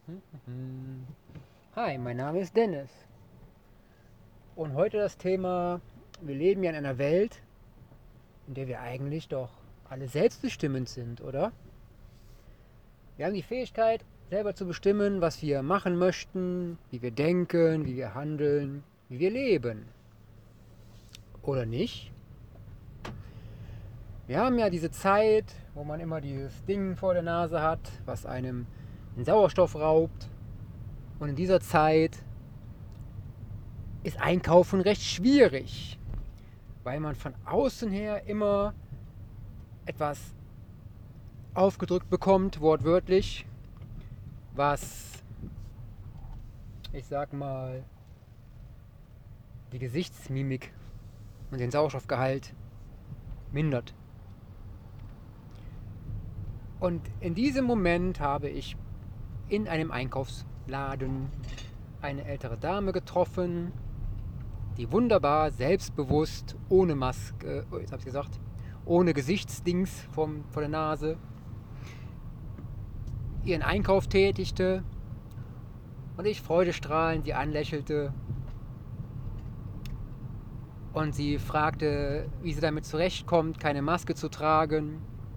Mhm. Hi, mein Name ist Dennis und heute das Thema, wir leben ja in einer Welt, in der wir eigentlich doch alle selbstbestimmend sind, oder? Wir haben die Fähigkeit, selber zu bestimmen, was wir machen möchten, wie wir denken, wie wir handeln, wie wir leben. Oder nicht? Wir haben ja diese Zeit, wo man immer dieses Ding vor der Nase hat, was einem den Sauerstoff raubt. Und in dieser Zeit ist Einkaufen recht schwierig, weil man von außen her immer etwas aufgedrückt bekommt, wortwörtlich, was, ich sag mal, die Gesichtsmimik und den Sauerstoffgehalt mindert. Und in diesem Moment habe ich in einem Einkaufsladen eine ältere Dame getroffen, die wunderbar selbstbewusst, ohne Maske, jetzt habe ich gesagt, ohne Gesichtsdings vor der Nase, ihren Einkauf tätigte und ich freudestrahlend sie anlächelte und sie fragte, wie sie damit zurechtkommt, keine Maske zu tragen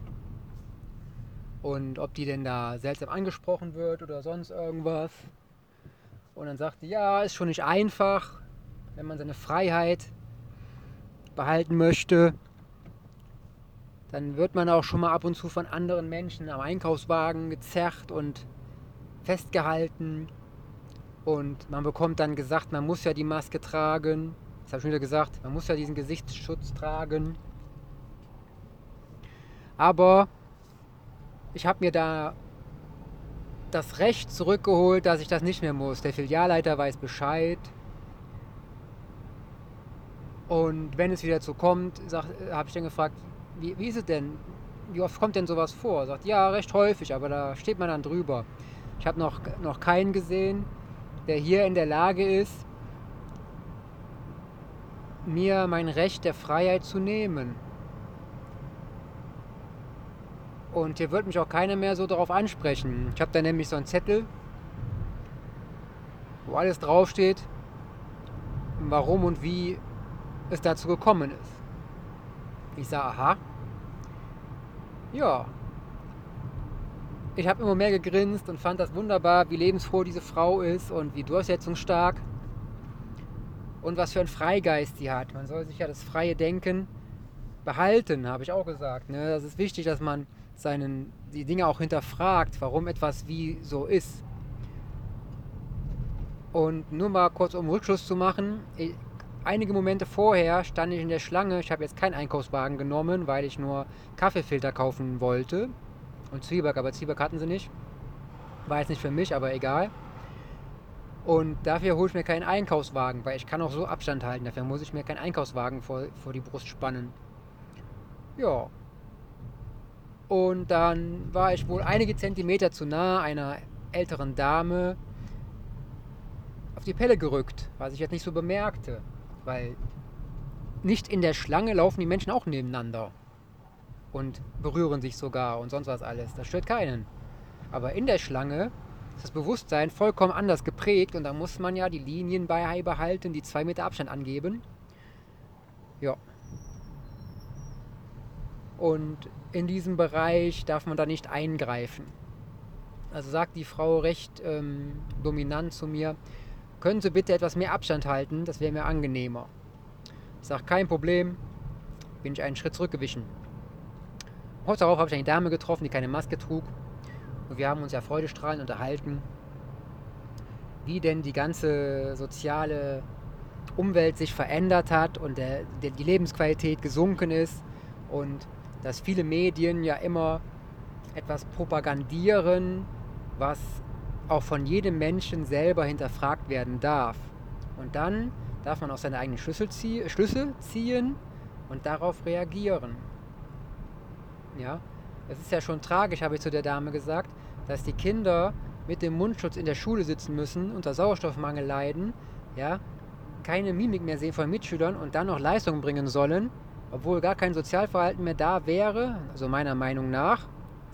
und ob die denn da seltsam angesprochen wird oder sonst irgendwas. Und dann sagte, ja, ist schon nicht einfach, wenn man seine Freiheit behalten möchte, dann wird man auch schon mal ab und zu von anderen Menschen am Einkaufswagen gezerrt und festgehalten. Und man bekommt dann gesagt, man muss ja die Maske tragen. Das habe ich schon wieder gesagt, man muss ja diesen Gesichtsschutz tragen. Aber ich habe mir da das Recht zurückgeholt, dass ich das nicht mehr muss. Der Filialleiter weiß Bescheid. Und wenn es wieder so kommt, habe ich dann gefragt, wie ist es denn? Wie oft kommt denn sowas vor? Er sagt, ja, recht häufig, aber da steht man dann drüber. Ich habe noch keinen gesehen, der hier in der Lage ist, mir mein Recht der Freiheit zu nehmen. Und hier wird mich auch keiner mehr so darauf ansprechen. Ich habe da nämlich so einen Zettel, wo alles draufsteht, warum und wie es dazu gekommen ist. Ich sage, aha, ja. Ich habe immer mehr gegrinst und fand das wunderbar, wie lebensfroh diese Frau ist und wie durchsetzungsstark und was für ein Freigeist sie hat. Man soll sich ja das freie Denken behalten, habe ich auch gesagt. Ne? Das ist wichtig, dass man die Dinge auch hinterfragt, warum etwas wie so ist. Und nur mal kurz, um Rückschluss zu machen, einige Momente vorher stand ich in der Schlange. Ich habe jetzt keinen Einkaufswagen genommen, weil ich nur Kaffeefilter kaufen wollte. Und Zwieback, aber Zwieback hatten sie nicht. War jetzt nicht für mich, aber egal. Und dafür hole ich mir keinen Einkaufswagen, weil ich kann auch so Abstand halten. Dafür muss ich mir keinen Einkaufswagen vor die Brust spannen. Ja. Und dann war ich wohl einige Zentimeter zu nah einer älteren Dame auf die Pelle gerückt, was ich jetzt nicht so bemerkte. Weil nicht in der Schlange laufen die Menschen auch nebeneinander und berühren sich sogar und sonst was alles. Das stört keinen. Aber in der Schlange ist das Bewusstsein vollkommen anders geprägt und da muss man ja die Linien beibehalten, die 2 Meter Abstand angeben. Ja. Und in diesem Bereich darf man da nicht eingreifen. Also sagt die Frau recht dominant zu mir, können Sie bitte etwas mehr Abstand halten, das wäre mir angenehmer. Ich sage, kein Problem, bin ich einen Schritt zurückgewichen. Kurz darauf habe ich eine Dame getroffen, die keine Maske trug. Und wir haben uns ja freudestrahlend unterhalten, wie denn die ganze soziale Umwelt sich verändert hat und die Lebensqualität gesunken ist und dass viele Medien ja immer etwas propagandieren, was auch von jedem Menschen selber hinterfragt werden darf. Und dann darf man auch seine eigenen Schlüsse ziehen und darauf reagieren. Ja, es ist ja schon tragisch, habe ich zu der Dame gesagt, dass die Kinder mit dem Mundschutz in der Schule sitzen müssen, unter Sauerstoffmangel leiden, ja, keine Mimik mehr sehen von Mitschülern und dann noch Leistungen bringen sollen, obwohl gar kein Sozialverhalten mehr da wäre, also meiner Meinung nach.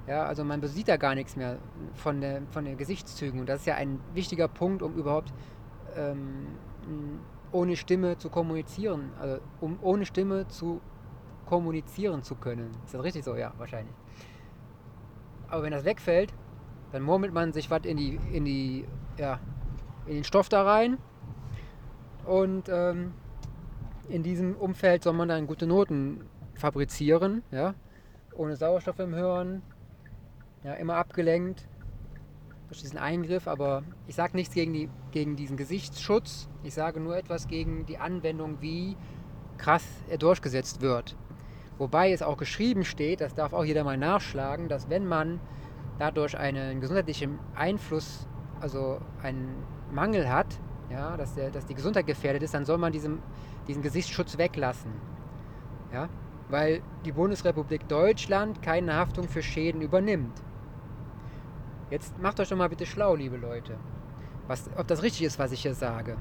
Ja, also man sieht da gar nichts mehr von den Gesichtszügen. Und das ist ja ein wichtiger Punkt, um überhaupt ähm, ohne Stimme zu kommunizieren. Also um ohne Stimme zu kommunizieren zu können. Ist das richtig so? Ja, wahrscheinlich. Aber wenn das wegfällt, dann murmelt man sich was ja, in den Stoff da rein. Und in diesem Umfeld soll man dann gute Noten fabrizieren, ja, ohne Sauerstoff im Hirn, ja, immer abgelenkt durch diesen Eingriff, aber ich sage nichts gegen diesen Gesichtsschutz, ich sage nur etwas gegen die Anwendung, wie krass er durchgesetzt wird. Wobei es auch geschrieben steht, das darf auch jeder mal nachschlagen, dass wenn man dadurch einen gesundheitlichen Einfluss, also einen Mangel hat, ja, dass die Gesundheit gefährdet ist, dann soll man diesen Gesichtsschutz weglassen. Ja? Weil die Bundesrepublik Deutschland keine Haftung für Schäden übernimmt. Jetzt macht euch doch mal bitte schlau, liebe Leute, ob das richtig ist, was ich hier sage.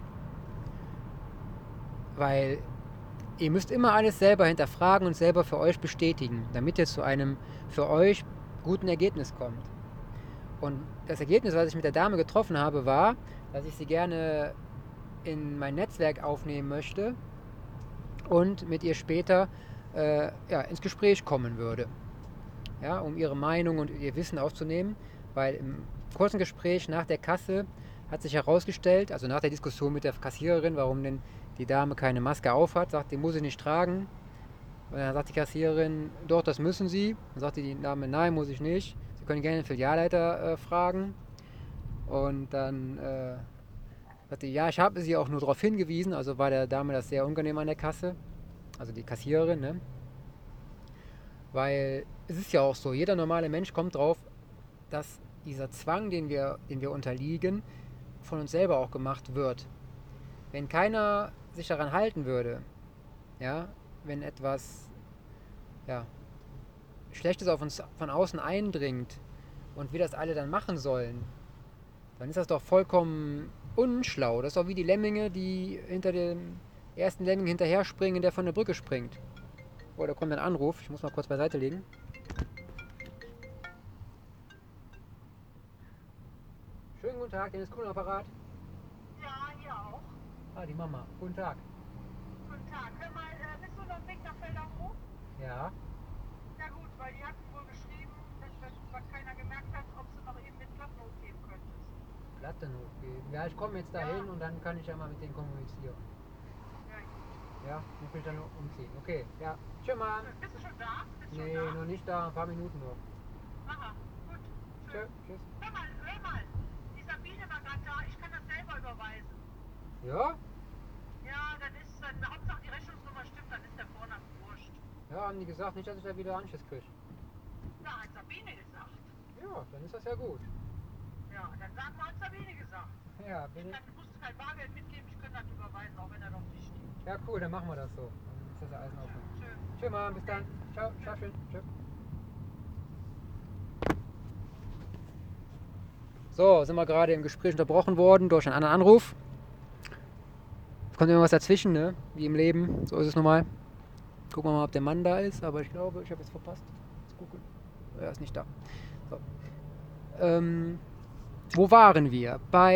Weil ihr müsst immer alles selber hinterfragen und selber für euch bestätigen, damit ihr zu einem für euch guten Ergebnis kommt. Und das Ergebnis, was ich mit der Dame getroffen habe, war, dass ich sie gerne in mein Netzwerk aufnehmen möchte und mit ihr später ins Gespräch kommen würde. Ja, um ihre Meinung und ihr Wissen aufzunehmen, weil im kurzen Gespräch nach der Kasse hat sich herausgestellt, also nach der Diskussion mit der Kassiererin, warum denn die Dame keine Maske aufhat, sagt, die muss ich nicht tragen. Und dann sagt die Kassiererin, doch, das müssen Sie. Dann sagt die Dame, nein, muss ich nicht. Sie können gerne den Filialleiter fragen. Und dann sagte die, ja, ich habe sie auch nur darauf hingewiesen, also war der Dame das sehr unangenehm an der Kasse, also die Kassiererin, ne? Weil es ist ja auch so, jeder normale Mensch kommt drauf, dass dieser Zwang, den wir unterliegen, von uns selber auch gemacht wird. Wenn keiner sich daran halten würde, ja, wenn etwas ja, Schlechtes auf uns von außen eindringt und wir das alle dann machen sollen, dann ist das doch vollkommen unschlau. Das ist doch wie die Lemminge, die hinter dem ersten Lemming hinterher springen, der von der Brücke springt. Oh, da kommt ein Anruf. Ich muss mal kurz beiseite legen. Schönen guten Tag, Dennis Kuhn Apparat. Ja, hier auch. Ah, die Mama. Guten Tag. Guten Tag. Hör mal, bist du noch auf dem Weg nach Feldau? Ja. Ja gut, weil die hatten wohl geschrieben, dass was keiner gemerkt hat, ob du noch eben mit Platten hochgeben könntest. Platten hochgeben. Ja, ich komme jetzt dahin und dann kann ich ja mal mit denen kommunizieren. Ja. Ja, muss mich dann umziehen. Okay, ja. Tschüss, Mann. Bist du schon da? Nee, noch nicht da. Ein paar Minuten noch. Aha, gut. Schön. Tschüss. Hör mal. Die Sabine war gerade da. Ich kann das selber überweisen. Ja? Ja, dann ist dann, Hauptsache die Rechnungsnummer stimmt, dann ist der Vorname wurscht. Ja, haben die gesagt, nicht, dass ich da wieder Anschiss kriege. Ja, hat Sabine gesagt. Ja, dann ist das ja gut. Ja, dann sag mal, hat Sabine gesagt. Ja, bin ich. Du musst kein Bargeld mitgeben, ich kann das überweisen, auch wenn er noch nicht steht. Ja, cool, dann machen wir das so. Dann ist das ja alles in Ordnung. Schön. Tschüss, Mann, bis dann. Ciao, ciao, schön. Tschüss. So, sind wir gerade im Gespräch unterbrochen worden durch einen anderen Anruf. Es kommt immer was dazwischen, ne? Wie im Leben. So ist es nun mal. Gucken wir mal, ob der Mann da ist, aber ich glaube, ich habe jetzt verpasst. Jetzt gucken. Er ist nicht da. So. Wo waren wir?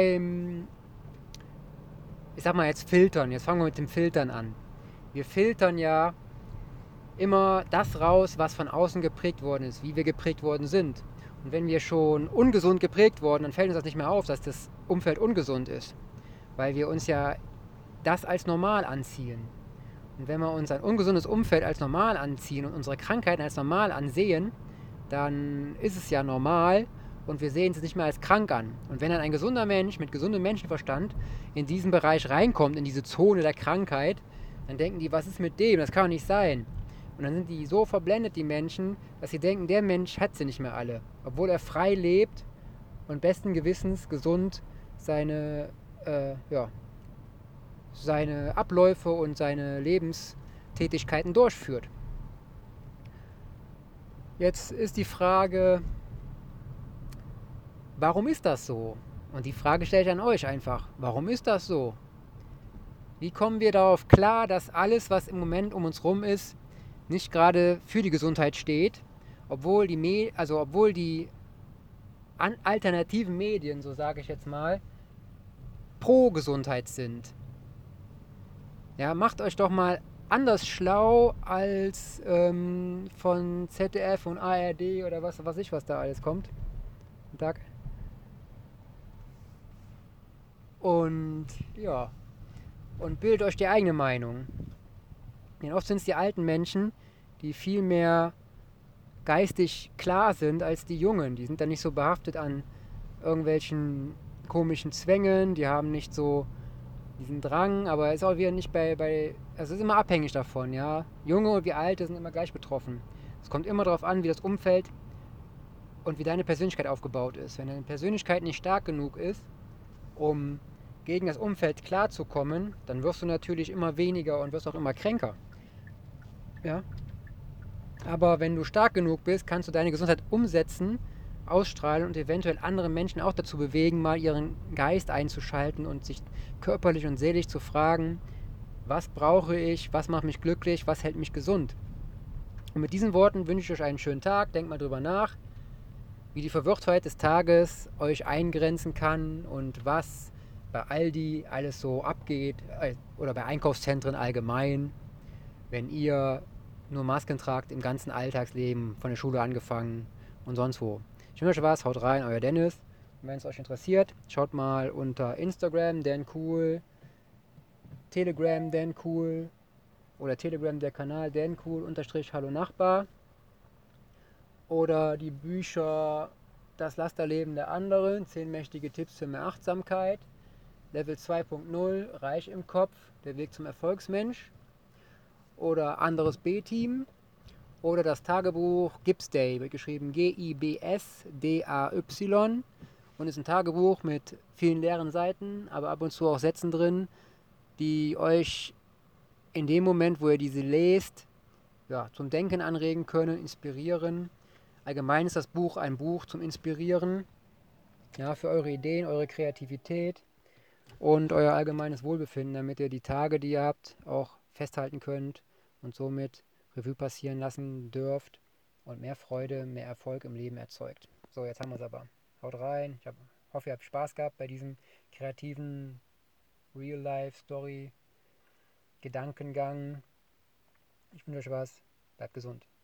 Ich sag mal jetzt Filtern. Jetzt fangen wir mit dem Filtern an. Wir filtern ja immer das raus, was von außen geprägt worden ist, wie wir geprägt worden sind. Und wenn wir schon ungesund geprägt wurden, dann fällt uns das nicht mehr auf, dass das Umfeld ungesund ist. Weil wir uns ja das als normal anziehen. Und wenn wir uns ein ungesundes Umfeld als normal anziehen und unsere Krankheiten als normal ansehen, dann ist es ja normal und wir sehen es nicht mehr als krank an. Und wenn dann ein gesunder Mensch mit gesundem Menschenverstand in diesen Bereich reinkommt, in diese Zone der Krankheit, dann denken die, was ist mit dem? Das kann doch nicht sein. Und dann sind die so verblendet, die Menschen, dass sie denken, der Mensch hat sie nicht mehr alle. Obwohl er frei lebt und besten Gewissens gesund seine Abläufe und seine Lebenstätigkeiten durchführt. Jetzt ist die Frage, warum ist das so? Und die Frage stelle ich an euch einfach. Warum ist das so? Wie kommen wir darauf klar, dass alles, was im Moment um uns rum ist, nicht gerade für die Gesundheit steht obwohl die alternativen Medien, so sage ich jetzt mal, pro Gesundheit sind. Ja, macht euch doch mal anders schlau als von ZDF und ARD oder was weiß ich, was da alles kommt. Guten Tag. Und ja, und bildet euch die eigene Meinung. Denn oft sind es die alten Menschen, die viel mehr geistig klar sind als die Jungen. Die sind dann nicht so behaftet an irgendwelchen komischen Zwängen, die haben nicht so diesen Drang, aber ist auch wieder nicht also es ist immer abhängig davon, ja. Junge und wie Alte sind immer gleich betroffen. Es kommt immer darauf an, wie das Umfeld und wie deine Persönlichkeit aufgebaut ist. Wenn deine Persönlichkeit nicht stark genug ist, um gegen das Umfeld klarzukommen, dann wirst du natürlich immer weniger und wirst auch immer kränker. Ja? Aber wenn du stark genug bist, kannst du deine Gesundheit umsetzen, ausstrahlen und eventuell andere Menschen auch dazu bewegen, mal ihren Geist einzuschalten und sich körperlich und seelisch zu fragen, was brauche ich, was macht mich glücklich, was hält mich gesund. Und mit diesen Worten wünsche ich euch einen schönen Tag, denkt mal drüber nach, wie die Verwirrtheit des Tages euch eingrenzen kann und was bei Aldi alles so abgeht oder bei Einkaufszentren allgemein, wenn ihr nur Masken tragt im ganzen Alltagsleben, von der Schule angefangen und sonst wo. Ich wünsche euch was, haut rein, euer Dennis. Und wenn es euch interessiert, schaut mal unter Instagram, dencool, Telegram, dencool oder Telegram der Kanal dencool unterstrich Hallo Nachbar oder die Bücher Das Lasterleben der anderen, 10 mächtige Tipps für mehr Achtsamkeit, Level 2.0, Reich im Kopf, der Weg zum Erfolgsmensch oder anderes B-Team oder das Tagebuch Gibsday, wird geschrieben Gibsday und ist ein Tagebuch mit vielen leeren Seiten, aber ab und zu auch Sätzen drin, die euch in dem Moment, wo ihr diese lest, ja, zum Denken anregen können, inspirieren. Allgemein ist das Buch ein Buch zum Inspirieren, ja, für eure Ideen, eure Kreativität und euer allgemeines Wohlbefinden, damit ihr die Tage, die ihr habt, auch festhalten könnt und somit Revue passieren lassen dürft und mehr Freude, mehr Erfolg im Leben erzeugt. So, jetzt haben wir es aber. Haut rein. Hoffe, ihr habt Spaß gehabt bei diesem kreativen Real-Life-Story-Gedankengang. Ich wünsche euch was. Bleibt gesund.